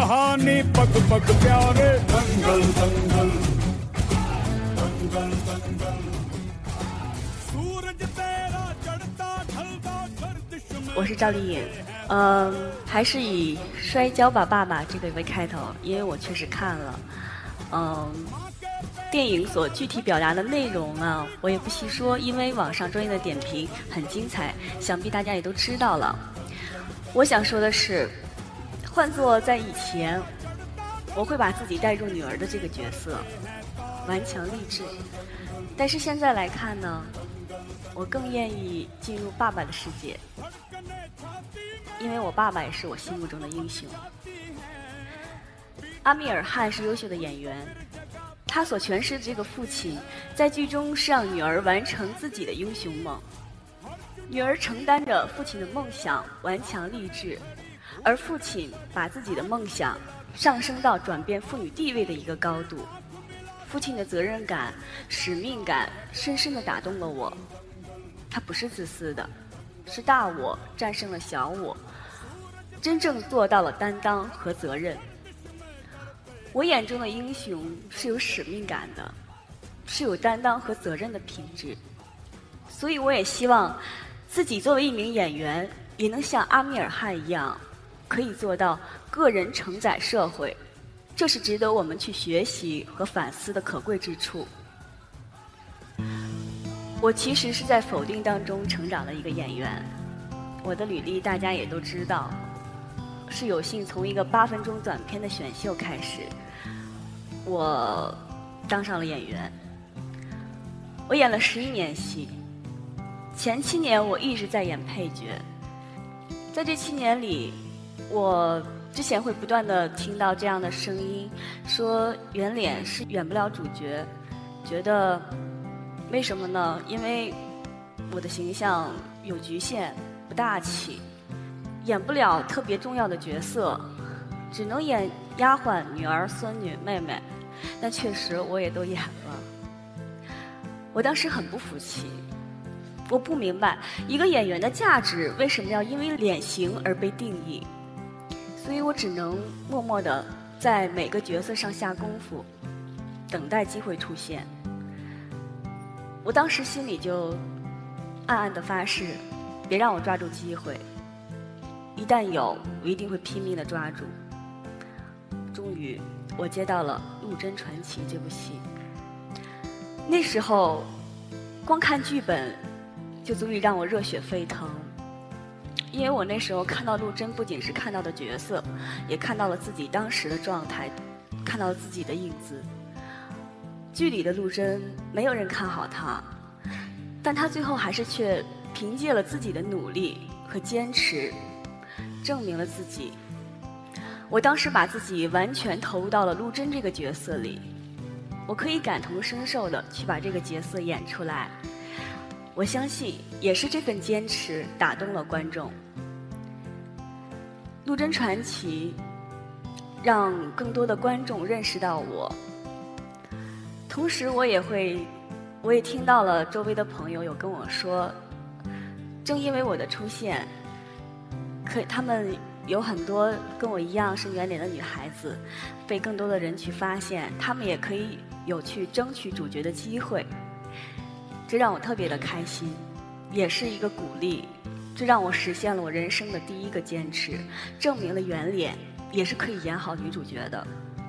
कहानी पग पग प्यारे दंगल दंगल दंगल दंगल सूरज तेरा चढ़ता ढलता गर्दिश में。 我是赵丽颖，还是以摔跤吧爸爸这个为开头，因为我确实看了，电影所具体表达的内容呢，我也不细说，因为网上专业的点评很精彩，想必大家也都知道了。我想说的是，换作在以前，我会把自己带入女儿的这个角色，顽强励志。但是现在来看呢，我更愿意进入爸爸的世界，因为我爸爸也是我心目中的英雄。阿米尔汗是优秀的演员，他所诠释的这个父亲，在剧中是让女儿完成自己的英雄梦，女儿承担着父亲的梦想，顽强励志，而父亲把自己的梦想上升到转变妇女地位的一个高度。父亲的责任感、使命感深深地打动了我。他不是自私的，是大我战胜了小我，真正做到了担当和责任。我眼中的英雄是有使命感的，是有担当和责任的品质。所以我也希望自己作为一名演员，也能像阿米尔汗一样，可以做到个人承载社会，这是值得我们去学习和反思的可贵之处。我其实是在否定当中成长的一个演员，我的履历大家也都知道，是有幸从一个8分钟短片的选秀开始，我当上了演员。我演了11年戏，前7年我一直在演配角。在这7年里，我之前会不断地听到这样的声音，说圆脸是演不了主角，觉得为什么呢？因为我的形象有局限，不大气，演不了特别重要的角色，只能演丫鬟、女儿、孙女、妹妹。但确实我也都演了。我当时很不服气，我不明白一个演员的价值为什么要因为脸型而被定义，所以我只能默默地在每个角色上下功夫，等待机会出现。我当时心里就暗暗地发誓，别让我抓住机会，一旦有，我一定会拼命地抓住。终于我接到了《陆贞传奇》这部戏，那时候光看剧本就足以让我热血沸腾，因为我那时候看到陆贞，不仅是看到的角色，也看到了自己当时的状态，看到了自己的影子。剧里的陆贞没有人看好她，但她最后还是却凭借了自己的努力和坚持，证明了自己。我当时把自己完全投入到了陆贞这个角色里，我可以感同身受的去把这个角色演出来。我相信也是这份坚持打动了观众。陆贞传奇让更多的观众认识到我，同时我也听到了周围的朋友有跟我说，正因为我的出现，他们有很多跟我一样是圆脸的女孩子，被更多的人去发现，她们也可以有去争取主角的机会，这让我特别的开心，也是一个鼓励。这让我实现了我人生的第一个坚持，证明了圆脸也是可以演好女主角的。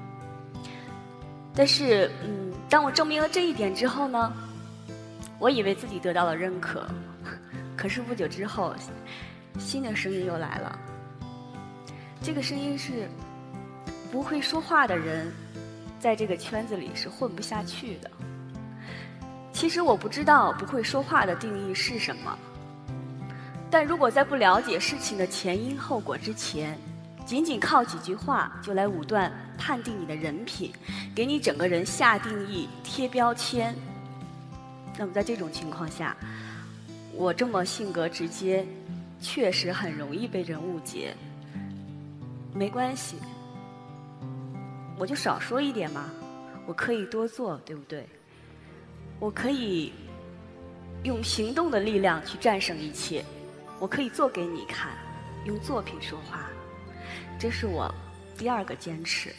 但是，当我证明了这一点之后呢，我以为自己得到了认可，可是不久之后，新的声音又来了。这个声音是，不会说话的人，在这个圈子里是混不下去的。其实我不知道不会说话的定义是什么，但如果在不了解事情的前因后果之前，仅仅靠几句话就来武断判定你的人品，给你整个人下定义、贴标签，那么在这种情况下，我这么性格直接，确实很容易被人误解。没关系，我就少说一点嘛，我可以多做，对不对？我可以用行动的力量去战胜一切，我可以做给你看，用作品说话，这是我第二个坚持。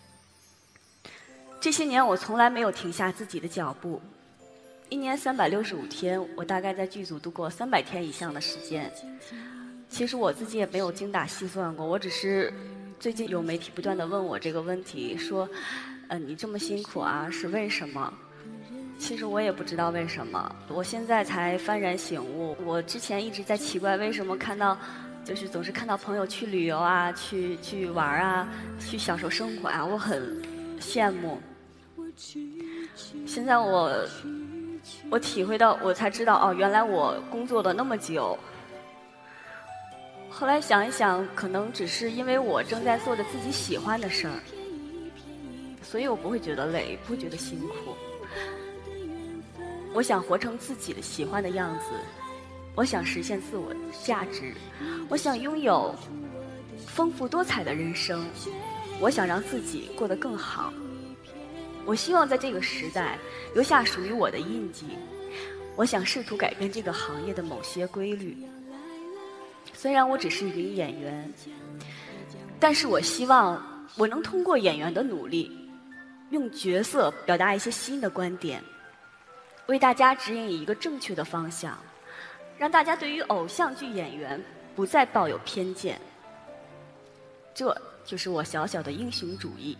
这些年我从来没有停下自己的脚步，一年365天，我大概在剧组度过300天以上的时间。其实我自己也没有精打细算过，我只是最近有媒体不断地问我这个问题，说你这么辛苦啊，是为什么？其实我也不知道为什么，我现在才幡然醒悟。我之前一直在奇怪，为什么就是总是看到朋友去旅游啊，去玩啊，去享受生活啊，我很羡慕。现在我体会到，我才知道哦，原来我工作了那么久。后来想一想，可能只是因为我正在做着自己喜欢的事儿，所以我不会觉得累，不会觉得辛苦。我想活成自己的喜欢的样子，我想实现自我价值，我想拥有丰富多彩的人生，我想让自己过得更好。我希望在这个时代留下属于我的印记，我想试图改变这个行业的某些规律。虽然我只是一名演员，但是我希望我能通过演员的努力，用角色表达一些新的观点，为大家指引一个正确的方向，让大家对于偶像剧演员不再抱有偏见。这就是我小小的英雄主义。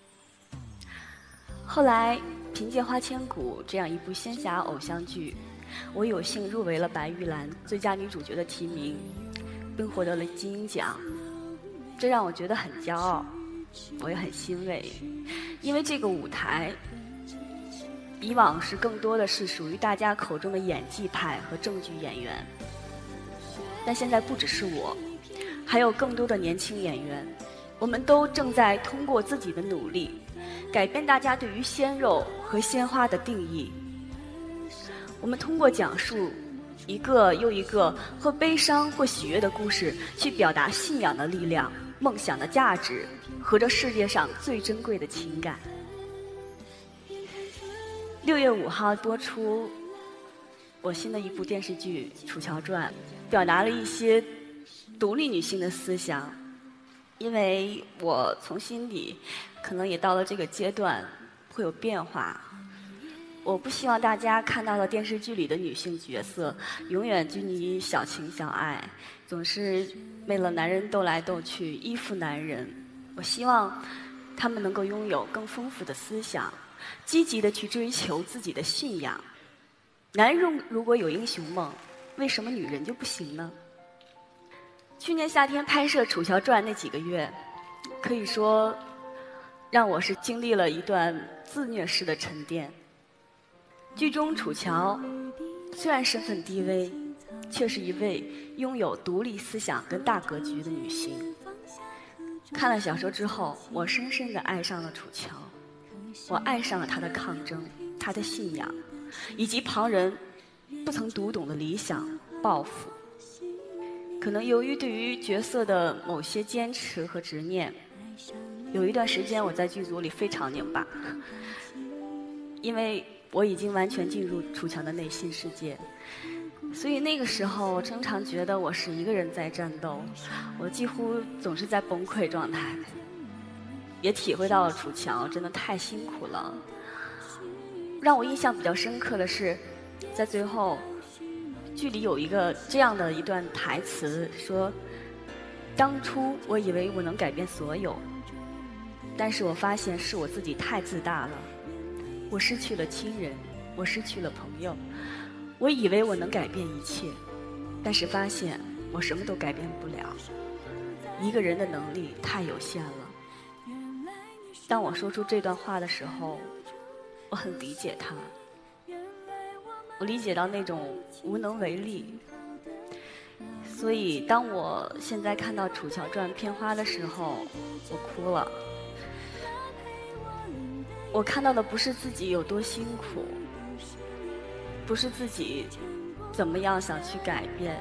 后来凭借《花千骨》这样一部仙侠偶像剧，我有幸入围了白玉兰最佳女主角的提名，并获得了金鹰奖，这让我觉得很骄傲，我也很欣慰。因为这个舞台以往是更多的是属于大家口中的演技派和正剧演员，但现在不只是我，还有更多的年轻演员，我们都正在通过自己的努力改变大家对于鲜肉和鲜花的定义。我们通过讲述一个又一个或悲伤或喜悦的故事，去表达信仰的力量、梦想的价值和这世界上最珍贵的情感。6月5号播出我新的一部电视剧《楚乔传》，表达了一些独立女性的思想。因为我从心里可能也到了这个阶段，会有变化。我不希望大家看到的电视剧里的女性角色永远拘泥于小情小爱，总是为了男人斗来斗去，依附男人。我希望她们能够拥有更丰富的思想，积极地去追求自己的信仰。男人如果有英雄梦，为什么女人就不行呢？去年夏天拍摄《楚乔传》那几个月，可以说让我是经历了一段自虐式的沉淀。剧中楚乔虽然身份低微，却是一位拥有独立思想跟大格局的女性。看了小说之后，我深深地爱上了楚乔，我爱上了她的抗争，她的信仰，以及旁人不曾读懂的理想抱负。可能由于对于角色的某些坚持和执念，有一段时间我在剧组里非常拧巴，因为我已经完全进入楚乔的内心世界，所以那个时候我经常觉得我是一个人在战斗，我几乎总是在崩溃状态，也体会到了楚乔真的太辛苦了。让我印象比较深刻的是，在最后剧里有一个这样的一段台词，说当初我以为我能改变所有，但是我发现是我自己太自大了，我失去了亲人，我失去了朋友，我以为我能改变一切，但是发现我什么都改变不了，一个人的能力太有限了。当我说出这段话的时候，我很理解他，我理解到那种无能为力。所以当我现在看到《楚乔传》片花的时候，我哭了。我看到的不是自己有多辛苦，不是自己怎么样想去改变，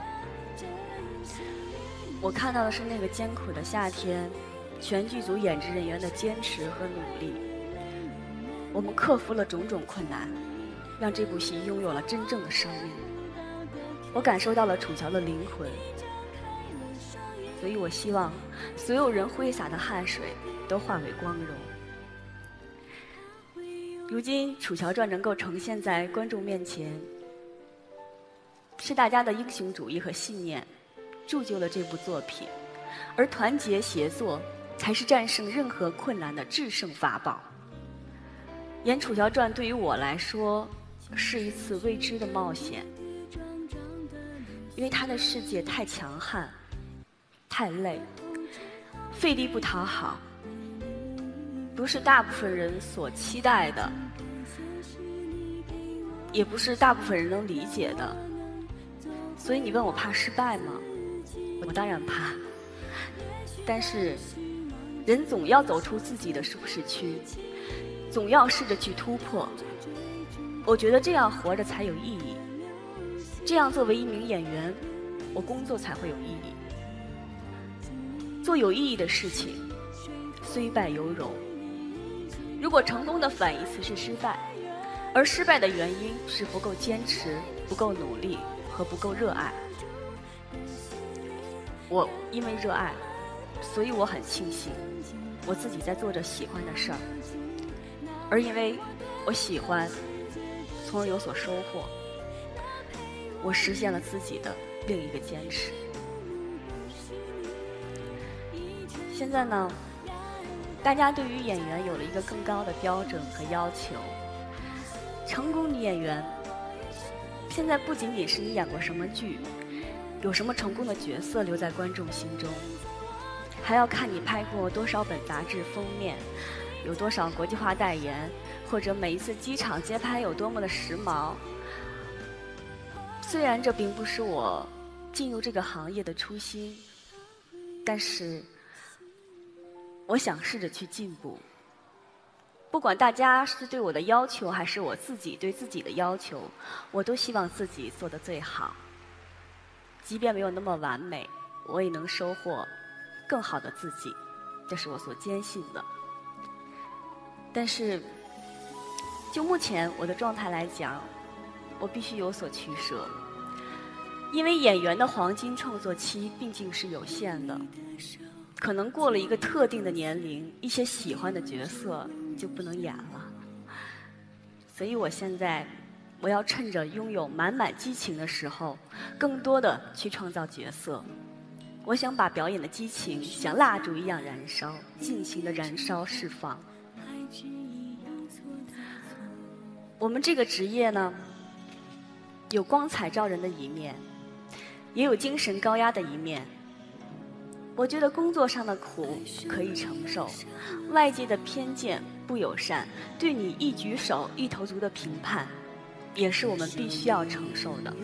我看到的是那个艰苦的夏天，全剧组演职人员的坚持和努力。我们克服了种种困难，让这部戏拥有了真正的生命。我感受到了楚乔的灵魂， 所以我希望所有人挥洒的汗水都化为光荣。如今《楚乔传》能够呈现在观众面前，是大家的英雄主义和信念铸就了这部作品，而团结协作才是战胜任何困难的制胜法宝。演《楚乔传》对于我来说是一次未知的冒险，因为它的世界太强悍、太累，费力不讨好，不是大部分人所期待的，也不是大部分人能理解的。所以你问我怕失败吗？我当然怕，但是人总要走出自己的舒适区，总要试着去突破。我觉得这样活着才有意义，这样作为一名演员，我工作才会有意义。做有意义的事情，虽败犹荣。如果成功的反义词是失败，而失败的原因是不够坚持、不够努力和不够热爱。我因为热爱，所以我很庆幸我自己在做着喜欢的事儿，而因为我喜欢，从而有所收获，我实现了自己的另一个坚持。现在呢，大家对于演员有了一个更高的标准和要求。成功女演员现在不仅仅是你演过什么剧，有什么成功的角色留在观众心中，还要看你拍过多少本杂志封面，有多少国际化代言，或者每一次机场街拍有多么的时髦。虽然这并不是我进入这个行业的初心，但是我想试着去进步。不管大家是对我的要求，还是我自己对自己的要求，我都希望自己做得最好。即便没有那么完美，我也能收获更好的自己，这是我所坚信的。但是就目前我的状态来讲，我必须有所取舍，因为演员的黄金创作期毕竟是有限的，可能过了一个特定的年龄，一些喜欢的角色就不能演了。所以我现在我要趁着拥有满满激情的时候，更多的去创造角色。我想把表演的激情像蜡烛一样燃烧，尽情的燃烧释放。我们这个职业呢，有光彩照人的一面，也有精神高压的一面。我觉得工作上的苦可以承受，外界的偏见、不友善，对你一举手一投足的评判，也是我们必须要承受的。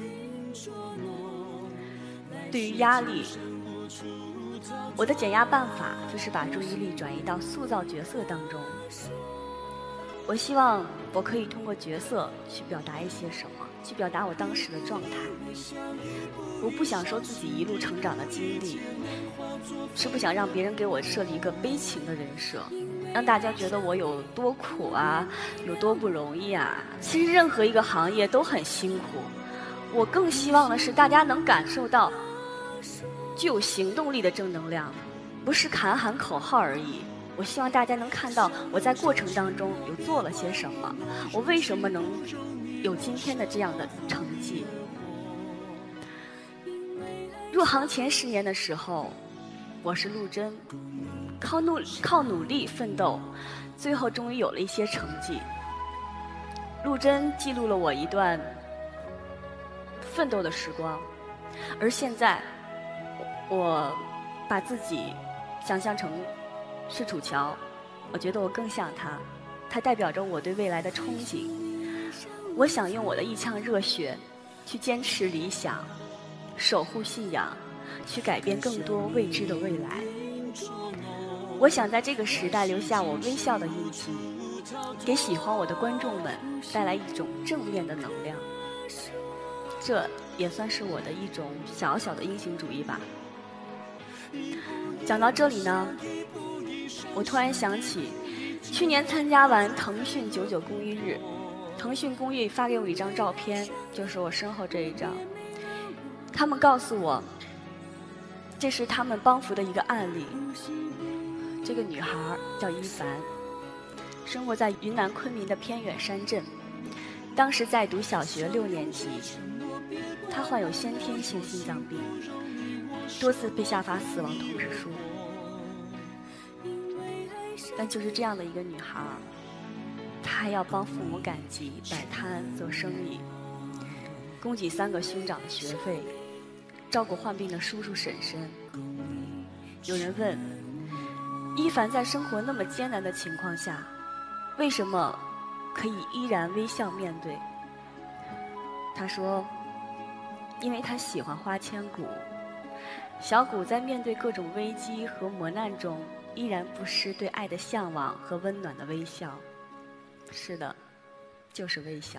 对于压力，我的减压办法就是把注意力转移到塑造角色当中。我希望我可以通过角色去表达一些什么，去表达我当时的状态。我不想说自己一路成长的经历，是不想让别人给我设立一个悲情的人设，让大家觉得我有多苦啊，有多不容易啊。其实任何一个行业都很辛苦，我更希望的是大家能感受到具有行动力的正能量，不是喊口号而已。我希望大家能看到我在过程当中有做了些什么，我为什么能有今天的这样的成绩。入行前10年的时候，我是陆贞，靠努力奋斗，最后终于有了一些成绩。陆贞记录了我一段奋斗的时光，而现在我把自己想象成是楚乔，我觉得我更像他，他代表着我对未来的憧憬。我想用我的一腔热血去坚持理想，守护信仰，去改变更多未知的未来。我想在这个时代留下我微笑的印记，给喜欢我的观众们带来一种正面的能量。这也算是我的一种小小的英雄主义吧。讲到这里呢，我突然想起去年参加完腾讯99公益日，腾讯公益发给我一张照片，就是我身后这一张。他们告诉我， 这是他们帮扶的一个案例。这个女孩叫伊凡，生活在云南昆明的偏远山镇，当时在读小学6年级。她患有先天性心脏病，多次被下发死亡通知书。但就是这样的一个女孩，她还要帮父母赶集、摆摊、做生意，供给3个兄长的学费，照顾患病的叔叔婶婶。有人问，伊凡在生活那么艰难的情况下，为什么可以依然微笑面对？他说，因为他喜欢花千骨。小骨在面对各种危机和磨难中，依然不失对爱的向往和温暖的微笑。是的，就是微笑。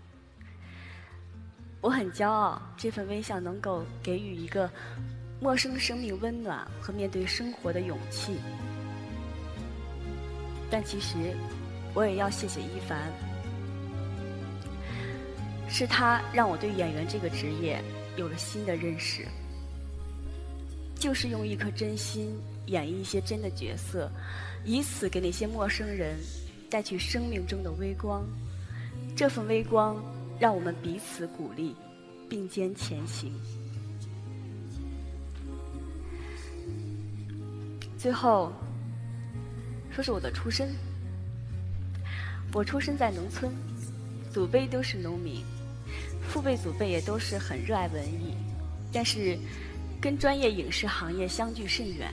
我很骄傲，这份微笑能够给予一个陌生生命温暖和面对生活的勇气。但其实，我也要谢谢伊凡，是他让我对演员这个职业有了新的认识。就是用一颗真心演绎一些真的角色，以此给那些陌生人带去生命中的微光。这份微光让我们彼此鼓励，并肩前行。最后说说我的出身。我出生在农村，祖辈都是农民，父辈祖辈也都是很热爱文艺，但是跟专业影视行业相距甚远。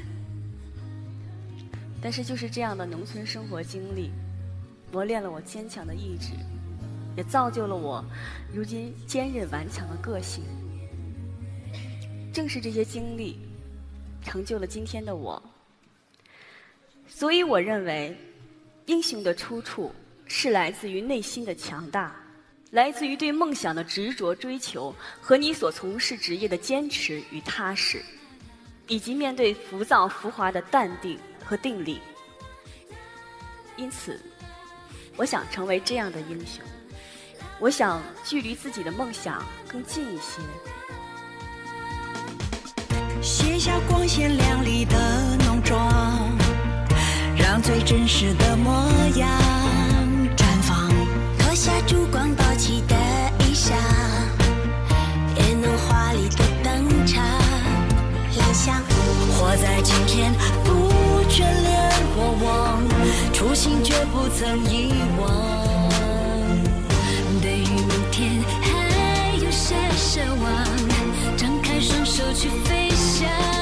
但是就是这样的农村生活经历，磨练了我坚强的意志，也造就了我如今坚韧顽强的个性。正是这些经历，成就了今天的我。所以我认为，英雄的出处是来自于内心的强大，来自于对梦想的执着追求和你所从事职业的坚持与踏实，以及面对浮躁浮华的淡定和定力。因此，我想成为这样的英雄，我想距离自己的梦想更近一些。 卸下光鲜亮丽的浓妆，让最真实的模样绽放，脱下烛光宝气的衣裳，也能华丽的登场亮相。活在今天，不眷恋过往，初心绝不曾遗忘。对于明天，还有些奢望，张开双手去飞翔。